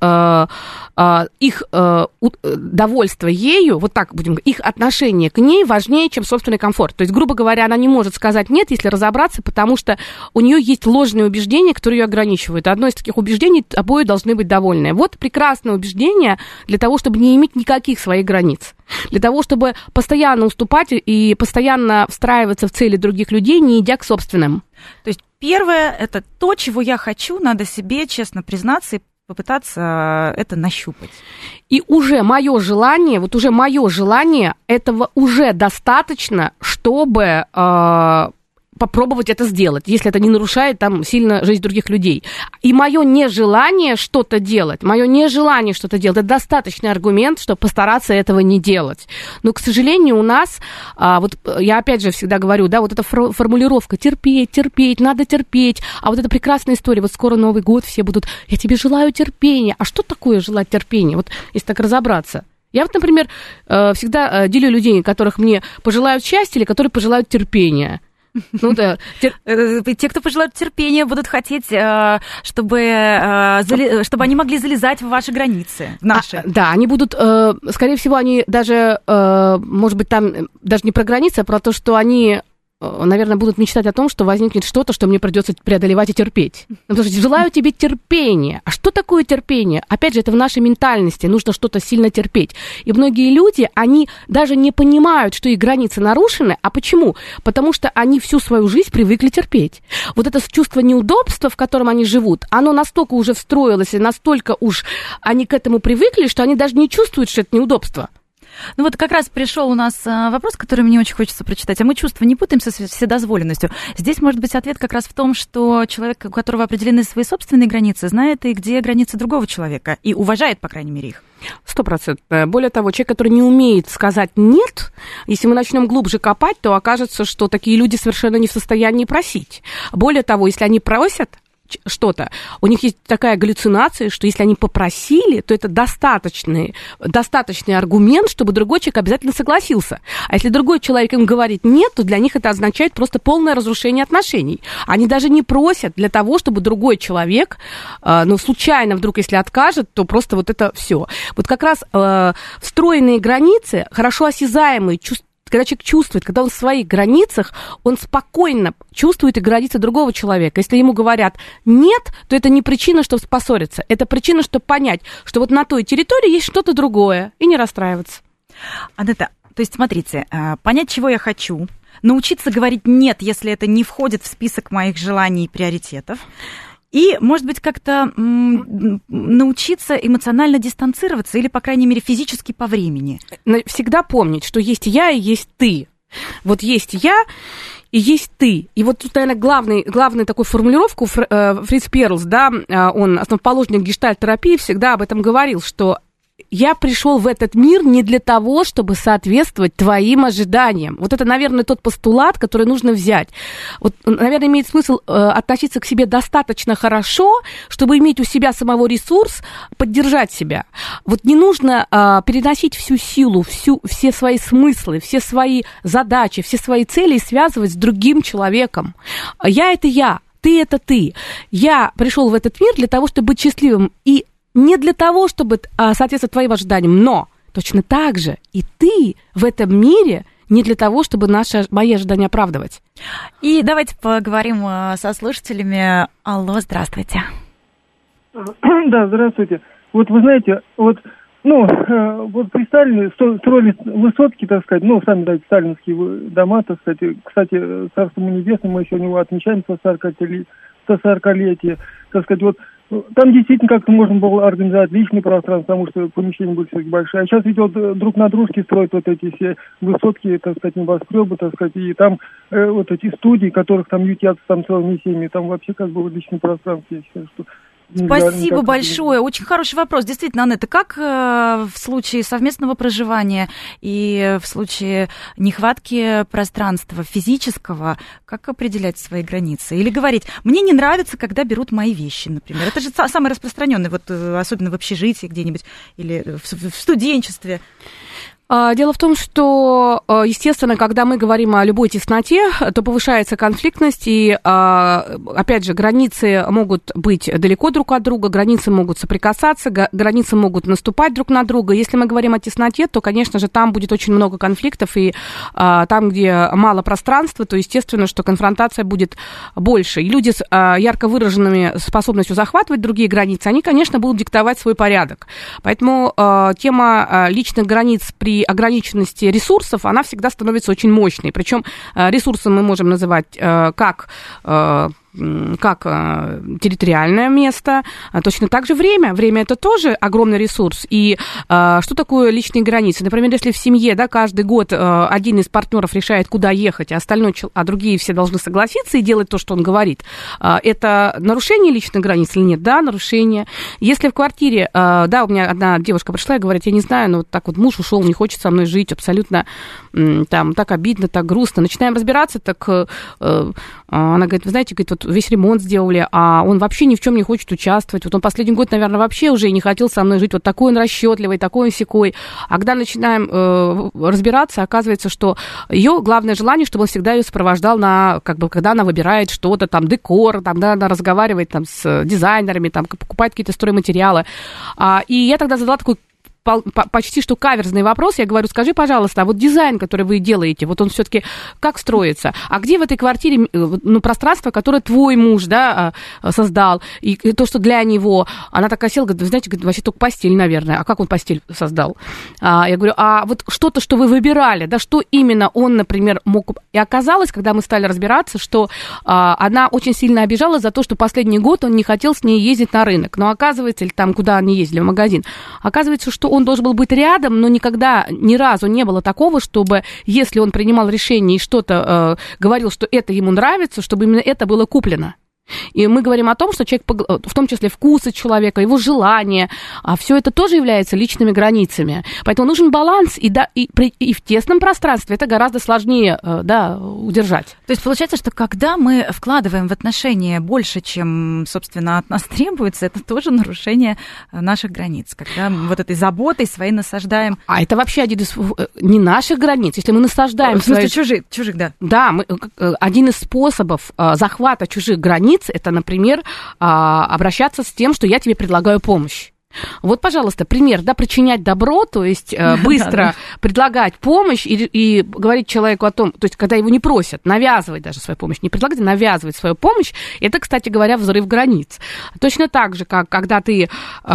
Speaker 3: довольство ею, вот так будем говорить, их отношение к ней важнее, чем собственный комфорт. То есть, грубо говоря, она не может сказать «нет», если разобраться, потому что у нее есть ложные убеждения, которые ее ограничивают. Одно из таких убеждений – обои должны быть довольны. Вот прекрасное убеждение для того, чтобы не иметь никаких своих границ. Для того, чтобы постоянно уступать и постоянно встраиваться в цели других людей, не идя к собственным.
Speaker 2: То есть первое – это то, чего я хочу, надо себе честно признаться и попытаться это нащупать.
Speaker 3: И уже мое желание, этого уже достаточно, чтобы попробовать это сделать, если это не нарушает там сильно жизнь других людей. И мое нежелание что-то делать, это достаточный аргумент, чтобы постараться этого не делать. Но, к сожалению, у нас, вот я опять же всегда говорю, да, вот эта формулировка терпеть, надо терпеть, а вот эта прекрасная история, вот скоро Новый год, все будут, я тебе желаю терпения. А что такое желать терпения? Вот если так разобраться. Я вот, например, всегда делю людей, которых мне пожелают счастья или которые пожелают терпения. Ну да.
Speaker 2: Те, кто пожелают терпения, будут хотеть, чтобы они могли залезать в ваши границы, в наши.
Speaker 3: Да, они будут, скорее всего, они даже, может быть, там даже не про границы, а про то, что они, наверное, будут мечтать о том, что возникнет что-то, что мне придется преодолевать и терпеть. Потому что желаю тебе терпения. А что такое терпение? Опять же, это в нашей ментальности. Нужно что-то сильно терпеть. И многие люди, они даже не понимают, что их границы нарушены. А почему? Потому что они всю свою жизнь привыкли терпеть. Вот это чувство неудобства, в котором они живут, оно настолько уже встроилось, и настолько уж они к этому привыкли, что они даже не чувствуют, что это неудобство.
Speaker 2: Ну вот как раз пришел у нас вопрос, который мне очень хочется прочитать. А мы чувства не путаем со вседозволенностью? Здесь может быть ответ как раз в том, что человек, у которого определены свои собственные границы, знает и где границы другого человека, и уважает, по крайней мере, их.
Speaker 3: 100%. Более того, человек, который не умеет сказать «нет», если мы начнем глубже копать, то окажется, что такие люди совершенно не в состоянии просить. Более того, если они просят что-то, у них есть такая галлюцинация, что если они попросили, то это достаточный аргумент, чтобы другой человек обязательно согласился. А если другой человек им говорит «нет», то для них это означает просто полное разрушение отношений. Они даже не просят для того, чтобы другой человек, случайно вдруг, если откажет, то просто вот это все. Вот как раз встроенные границы, хорошо осязаемые, когда человек чувствует, когда он в своих границах, он спокойно чувствует и границы другого человека. Если ему говорят «нет», то это не причина, чтобы поссориться. Это причина, чтобы понять, что вот на той территории есть что-то другое, и не расстраиваться.
Speaker 2: Анетта, то есть, смотрите, понять, чего я хочу, научиться говорить «нет», если это не входит в список моих желаний и приоритетов, и, может быть, как-то научиться эмоционально дистанцироваться или, по крайней мере, физически по времени.
Speaker 3: Всегда помнить, что есть я и есть ты. Вот есть я и есть ты. И вот тут, наверное, главную такую формулировку Фриц Перлс, да, он основоположник гештальт-терапии, всегда об этом говорил, что я пришел в этот мир не для того, чтобы соответствовать твоим ожиданиям. Вот это, наверное, тот постулат, который нужно взять. Вот, наверное, имеет смысл относиться к себе достаточно хорошо, чтобы иметь у себя самого ресурс, поддержать себя. Вот не нужно переносить всю силу, все свои смыслы, все свои задачи, все свои цели связывать с другим человеком. Я – это я, ты – это ты. Я пришел в этот мир для того, чтобы быть счастливым, и не для того, чтобы соответствовать твоим ожиданиям, но точно так же и ты в этом мире не для того, чтобы мои ожидания оправдывать.
Speaker 2: И давайте поговорим со слушателями. Алло, здравствуйте.
Speaker 4: Да, здравствуйте. Вот вы знаете, вот при Сталине строили высотки, так сказать, сами знаете, сталинские дома, так сказать. Кстати, царство ему небесное, мы еще у него отмечаем 140-летие, так сказать, вот. Там действительно как-то можно было организовать личное пространство, потому что помещения были все-таки большие. А сейчас ведь вот друг на дружке строят вот эти все высотки, так сказать, небоскребы, так сказать, и там вот эти студии, которых там ютятся там целыми семьями, там вообще как бы личное пространство, я считаю, что...
Speaker 2: Спасибо большое. Очень хороший вопрос. Действительно, Анетта, как в случае совместного проживания и в случае нехватки пространства физического, как определять свои границы? Или говорить, мне не нравится, когда берут мои вещи, например. Это же самый распространенный, вот особенно в общежитии где-нибудь или в студенчестве.
Speaker 3: Дело в том, что, естественно, когда мы говорим о любой тесноте, то повышается конфликтность, и, опять же, границы могут быть далеко друг от друга, границы могут соприкасаться, границы могут наступать друг на друга. Если мы говорим о тесноте, то, конечно же, там будет очень много конфликтов, и там, где мало пространства, то, естественно, что конфронтация будет больше. И люди с ярко выраженными способностью захватывать другие границы, они, конечно, будут диктовать свой порядок. Поэтому тема личных границ при ограниченности ресурсов, она всегда становится очень мощной. Причем ресурсом мы можем называть как территориальное место, точно так же время. Время – это тоже огромный ресурс. И что такое личные границы? Например, если в семье, да, каждый год один из партнеров решает, куда ехать, а другие все должны согласиться и делать то, что он говорит, это нарушение личных границ или нет? Да, нарушение. Если в квартире, да, у меня одна девушка пришла и говорит, я не знаю, но вот так вот муж ушел, не хочет со мной жить, абсолютно там так обидно, так грустно. Начинаем разбираться, так она говорит, вы знаете, говорит, вот весь ремонт сделали, а он вообще ни в чем не хочет участвовать. Вот он последний год, наверное, вообще уже не хотел со мной жить. Вот такой он расчетливый, такой он сякой. А когда начинаем разбираться, оказывается, что ее главное желание, чтобы он всегда ее сопровождал на, как бы, когда она выбирает что-то, там, декор, там, да, она разговаривает там с дизайнерами, там, покупает какие-то стройматериалы. И я тогда задала такой почти что каверзный вопрос. Я говорю, скажи, пожалуйста, а вот дизайн, который вы делаете, вот он все-таки как строится? А где в этой квартире пространство, которое твой муж, да, создал, и то, что для него? Она такая села, говорит, вы знаете, говорит, вообще только постель, наверное. А как он постель создал? Я говорю, а вот что-то, что вы выбирали, да, что именно он, например, мог... И оказалось, когда мы стали разбираться, что она очень сильно обижалась за то, что последний год он не хотел с ней ездить на рынок. Но оказывается, или там, куда они ездили, в магазин, оказывается, что он должен был быть рядом, но никогда, ни разу не было такого, чтобы, если он принимал решение и что-то говорил, что это ему нравится, чтобы именно это было куплено. И мы говорим о том, что человек, в том числе вкусы человека, его желания, все это тоже является личными границами. Поэтому нужен баланс, и в тесном пространстве это гораздо сложнее удержать.
Speaker 2: То есть получается, что когда мы вкладываем в отношения больше, чем, собственно, от нас требуется, это тоже нарушение наших границ, когда мы вот этой заботой своей насаждаем.
Speaker 3: А это вообще один из не наших границ. Если мы насаждаем...
Speaker 2: В смысле, чужих, да.
Speaker 3: Да, один из способов захвата чужих границ — это, например, обращаться с тем, что я тебе предлагаю помощь. Вот, пожалуйста, пример, причинять добро, то есть быстро предлагать помощь и говорить человеку о том, то есть когда его не просят, навязывать даже свою помощь, не предлагать, а навязывать свою помощь, это, кстати говоря, взрыв границ. Точно так же, как когда ты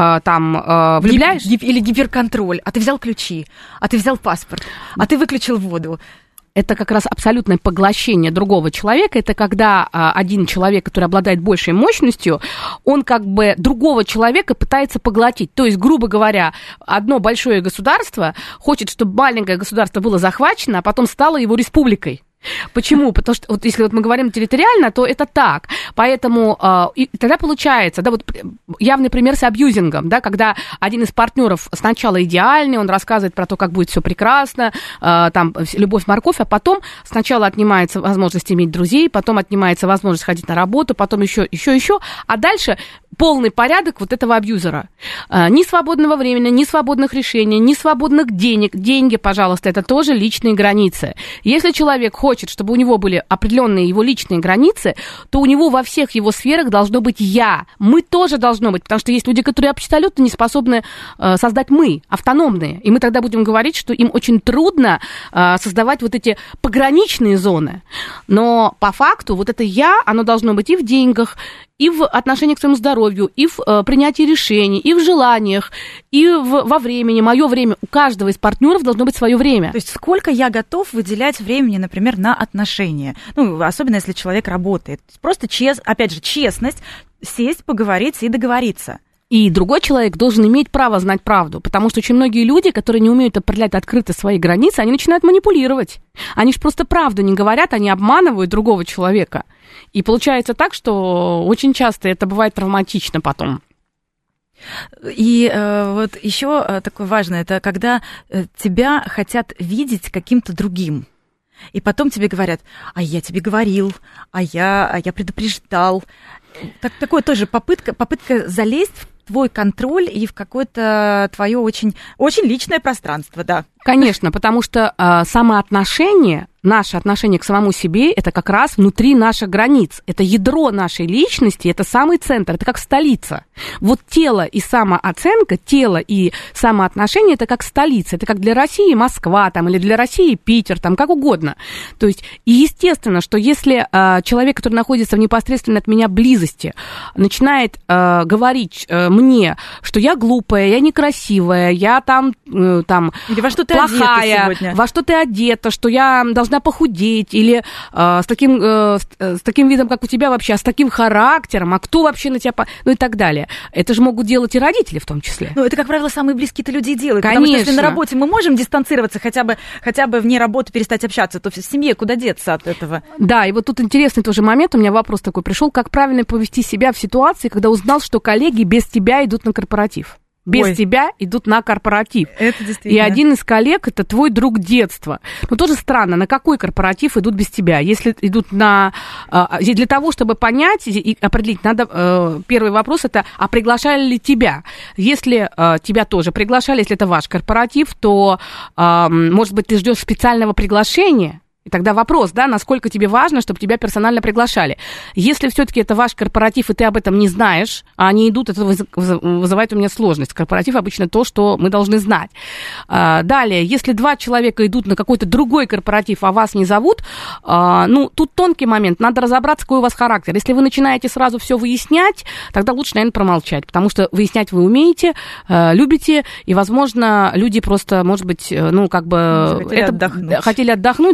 Speaker 3: влюбляешь...
Speaker 2: Или гиперконтроль, а ты взял ключи, а ты взял паспорт, а ты выключил воду.
Speaker 3: Это как раз абсолютное поглощение другого человека. Это когда один человек, который обладает большей мощностью, он как бы другого человека пытается поглотить. То есть, грубо говоря, одно большое государство хочет, чтобы маленькое государство было захвачено, а потом стало его республикой. Почему? Потому что вот если мы говорим территориально, то это так. Поэтому и тогда получается, явный пример с абьюзингом, когда один из партнеров сначала идеальный, он рассказывает про то, как будет все прекрасно, любовь, морковь, а потом сначала отнимается возможность иметь друзей, потом отнимается возможность ходить на работу, потом еще, а дальше полный порядок вот этого абьюзера. Ни свободного времени, ни свободных решений, ни свободных денег. Деньги, пожалуйста, это тоже личные границы. Если человек хочет, чтобы у него были определенные его личные границы, то у него во всех его сферах должно быть «я». Мы тоже должно быть, потому что есть люди, которые абсолютно не способны создать «мы», автономные. И мы тогда будем говорить, что им очень трудно создавать вот эти пограничные зоны. Но по факту вот это «я», оно должно быть и в деньгах, и в отношении к своему здоровью, и в принятии решений, и в желаниях, и во времени. Мое время. У каждого из партнеров должно быть свое время.
Speaker 2: То есть сколько я готов выделять времени, например, на отношения? Особенно если человек работает. Просто, опять же, честность, сесть, поговорить и договориться.
Speaker 3: И другой человек должен иметь право знать правду, потому что очень многие люди, которые не умеют определять открыто свои границы, они начинают манипулировать. Они же просто правду не говорят, они обманывают другого человека. И получается так, что очень часто это бывает травматично потом.
Speaker 2: И вот еще такое важное, это когда тебя хотят видеть каким-то другим. И потом тебе говорят: а я тебе говорил, а я предупреждал. Такое тоже попытка залезть в твой контроль и в какое-то твое очень, очень личное пространство, да.
Speaker 3: Конечно, потому что самоотношение, наше отношение к самому себе, это как раз внутри наших границ. Это ядро нашей личности, это самый центр, это как столица. Вот тело и самооценка, тело и самоотношение, это как столица. Это как для России Москва, или для России Питер, как угодно. То есть, и естественно, что если человек, который находится в непосредственной от меня близости, начинает говорить мне, что я глупая, я некрасивая, я
Speaker 2: или во что ты
Speaker 3: плохая, во что ты одета, что я должна похудеть, или с таким видом, как у тебя вообще, а с таким характером, а кто вообще на тебя... и так далее. Это же могут делать и родители в том числе.
Speaker 2: Это, как правило, самые близкие-то люди и делают.
Speaker 3: Конечно.
Speaker 2: Потому что если на работе мы можем дистанцироваться, хотя бы вне работы перестать общаться, то в семье куда деться от этого?
Speaker 3: Да, и вот тут интересный тоже момент, у меня вопрос такой пришел: как правильно повести себя в ситуации, когда узнал, что коллеги без тебя идут на корпоратив? Без тебя идут на корпоратив.
Speaker 2: Это действительно.
Speaker 3: И один из коллег — это твой друг детства. Тоже странно, на какой корпоратив идут без тебя? Если идут для того, чтобы понять и определить, надо... Первый вопрос — это, а приглашали ли тебя? Если тебя тоже приглашали, если это ваш корпоратив, то, может быть, ты ждешь специального приглашения? И тогда вопрос, насколько тебе важно, чтобы тебя персонально приглашали. Если все-таки это ваш корпоратив, и ты об этом не знаешь, а они идут, это вызывает у меня сложность. Корпоратив обычно то, что мы должны знать. Далее, если два человека идут на какой-то другой корпоратив, а вас не зовут, тут тонкий момент, надо разобраться, какой у вас характер. Если вы начинаете сразу все выяснять, тогда лучше, наверное, промолчать, потому что выяснять вы умеете, любите, и, возможно, люди просто, может быть, хотели отдохнуть, да, это вы будете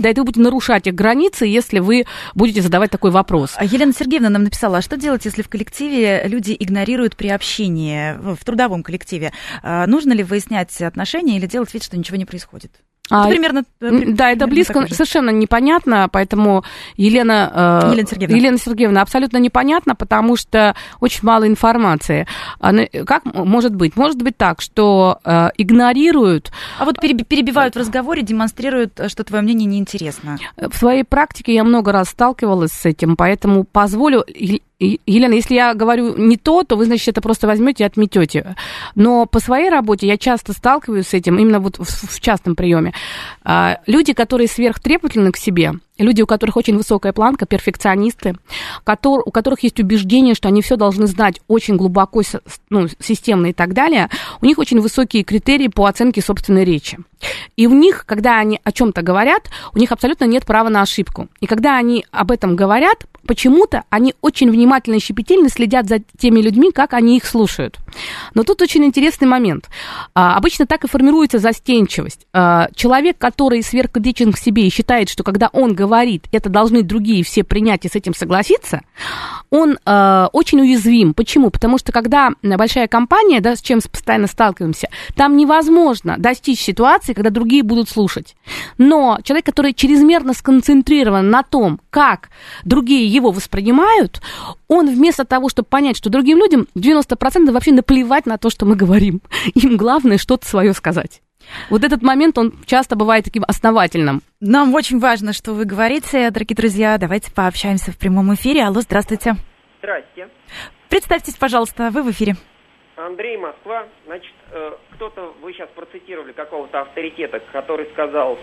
Speaker 3: нарушать их границы, если вы будете задавать такой вопрос.
Speaker 2: Елена Сергеевна нам написала, а что делать, если в коллективе люди игнорируют при общении, в трудовом коллективе? Нужно ли выяснять отношения или делать вид, что ничего не происходит? Это примерно
Speaker 3: это близко, совершенно непонятно, поэтому Елена Сергеевна, абсолютно непонятно, потому что очень мало информации. Как может быть? Может быть так, что игнорируют...
Speaker 2: А вот перебивают в разговоре, демонстрируют, что твое мнение неинтересно.
Speaker 3: В своей практике я много раз сталкивалась с этим, поэтому позволю... Елена, если я говорю не то, вы, значит, это просто возьмете и отметете. Но по своей работе я часто сталкиваюсь с этим, именно вот в частном приеме. Люди, которые сверхтребовательны к себе, люди, у которых очень высокая планка, перфекционисты, у которых есть убеждение, что они все должны знать очень глубоко, системно и так далее, у них очень высокие критерии по оценке собственной речи. И у них, когда они о чем-то говорят, у них абсолютно нет права на ошибку. И когда они об этом говорят, почему-то они очень внимательно и щепетильно следят за теми людьми, как они их слушают. Но тут очень интересный момент. Обычно так и формируется застенчивость. Человек, который сверхкритичен к себе и считает, что когда он говорит, это должны другие все принять и с этим согласиться, он очень уязвим. Почему? Потому что когда большая компания, с чем постоянно сталкиваемся, там невозможно достичь ситуации, когда другие будут слушать. Но человек, который чрезмерно сконцентрирован на том, как другие его воспринимают, он вместо того, чтобы понять, что другим людям 90% вообще наплевать на то, что мы говорим. Им главное что-то свое сказать. Вот этот момент, он часто бывает таким основательным.
Speaker 2: Нам очень важно, что вы говорите, дорогие друзья. Давайте пообщаемся в прямом эфире. Алло, здравствуйте.
Speaker 5: Здрасте.
Speaker 2: Представьтесь, пожалуйста, вы в эфире.
Speaker 5: Андрей, Москва. Значит, вы сейчас процитировали какого-то авторитета, который сказал,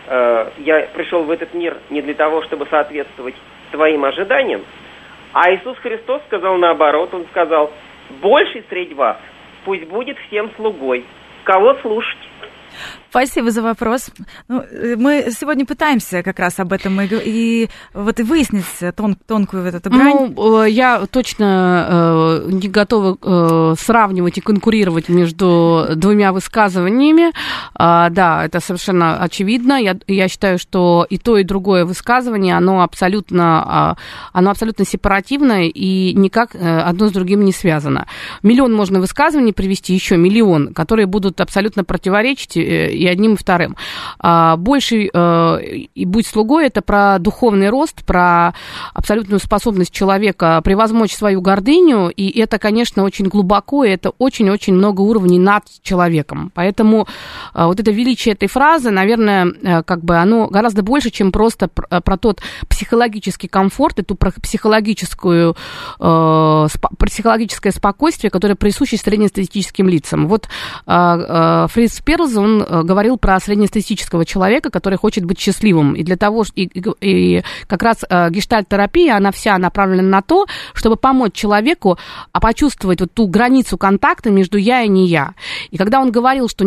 Speaker 5: я пришел в этот мир не для того, чтобы соответствовать своим ожиданиям, а Иисус Христос сказал наоборот, он сказал, больший среди вас пусть будет всем слугой. Кого слушать?
Speaker 2: Спасибо за вопрос. Мы сегодня пытаемся как раз об этом и выяснить тонкую эту грань.
Speaker 3: Я точно не готова сравнивать и конкурировать между двумя высказываниями. Да, это совершенно очевидно. Я считаю, что и то, и другое высказывание, оно абсолютно сепаративное и никак одно с другим не связано. Миллион можно высказываний привести, еще миллион, которые будут абсолютно противоречить и одним, и вторым. Больше и будь слугой — это про духовный рост, про абсолютную способность человека превозмочь свою гордыню, и это, конечно, очень глубоко, и это очень-очень много уровней над человеком. Поэтому вот это величие этой фразы, наверное, оно гораздо больше, чем просто про тот психологический комфорт, эту психологическое спокойствие, которое присуще среднестатистическим лицам. Вот Фриц Перлс, он говорил про среднестатистического человека, который хочет быть счастливым. И для того, и как раз гештальт-терапия, она вся направлена на то, чтобы помочь человеку почувствовать вот ту границу контакта между я и не я. И когда он говорил, что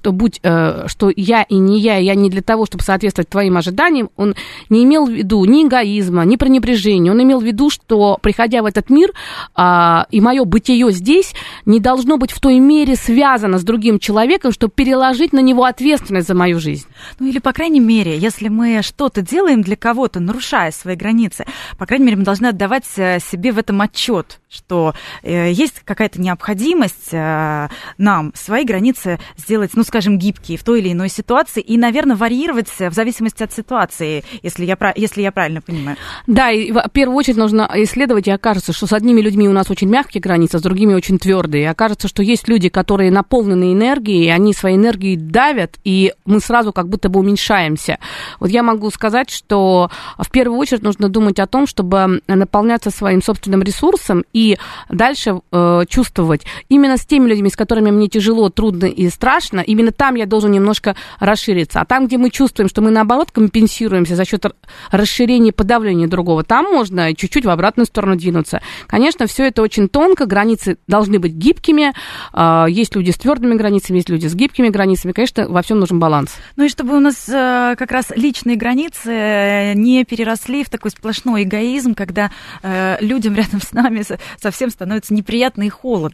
Speaker 3: я и я не для того, чтобы соответствовать твоим ожиданиям, он не имел в виду ни эгоизма, ни пренебрежения. Он имел в виду, что, приходя в этот мир, и мое бытие здесь не должно быть в той мере связано с другим человеком, чтобы переложить на него ответственность за мою жизнь.
Speaker 2: Или, по крайней мере, если мы что-то делаем для кого-то, нарушая свои границы, по крайней мере, мы должны отдавать себе в этом отчет, что есть какая-то необходимость нам свои границы сделать, скажем, гибкие в той или иной ситуации и, наверное, варьировать в зависимости от ситуации, если я правильно понимаю.
Speaker 3: Да, и в первую очередь нужно исследовать, и окажется, что с одними людьми у нас очень мягкие границы, а с другими очень твердые. И окажется, что есть люди, которые наполнены энергией, и они своей энергией давят, и мы сразу как будто бы уменьшаемся. Вот я могу сказать, что в первую очередь нужно думать о том, чтобы наполняться своим собственным ресурсом и дальше чувствовать. Именно с теми людьми, с которыми мне тяжело, трудно и страшно, именно там я должен немножко расшириться. А там, где мы чувствуем, что мы, наоборот, компенсируемся за счет расширения и подавления другого, там можно чуть-чуть в обратную сторону двинуться. Конечно, все это очень тонко, границы должны быть гибкими. Есть люди с твердыми границами, есть люди с гибкими границами. Конечно, во всем нужен баланс.
Speaker 2: И чтобы у нас как раз личные границы не переросли в такой сплошной эгоизм, когда людям рядом с нами совсем становится неприятно и холодно.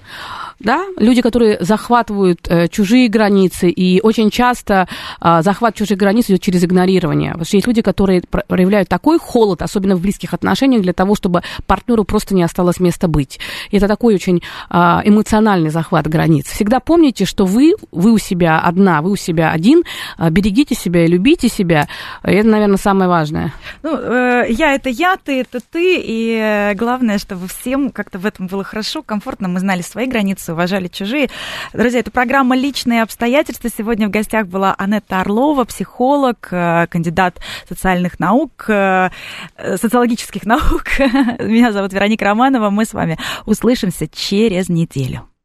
Speaker 3: Да, люди, которые захватывают чужие границы, и очень часто захват чужих границ идет через игнорирование. Потому что есть люди, которые проявляют такой холод, особенно в близких отношениях, для того, чтобы партнеру просто не осталось места быть. И это такой очень эмоциональный захват границ. Всегда помните, что вы у себя одна, вы у себя один, берегите себя и любите себя. И это, наверное, самое важное.
Speaker 2: Ну, я это я, ты это ты, и главное, чтобы всем как-то в этом было хорошо, комфортно, мы знали свои границы, уважали чужие. Друзья, это программа «Личные обстоятельства». Сегодня в гостях была Анетта Орлова, психолог, кандидат социальных наук, социологических наук. Меня зовут Вероника Романова. Мы с вами услышимся через неделю.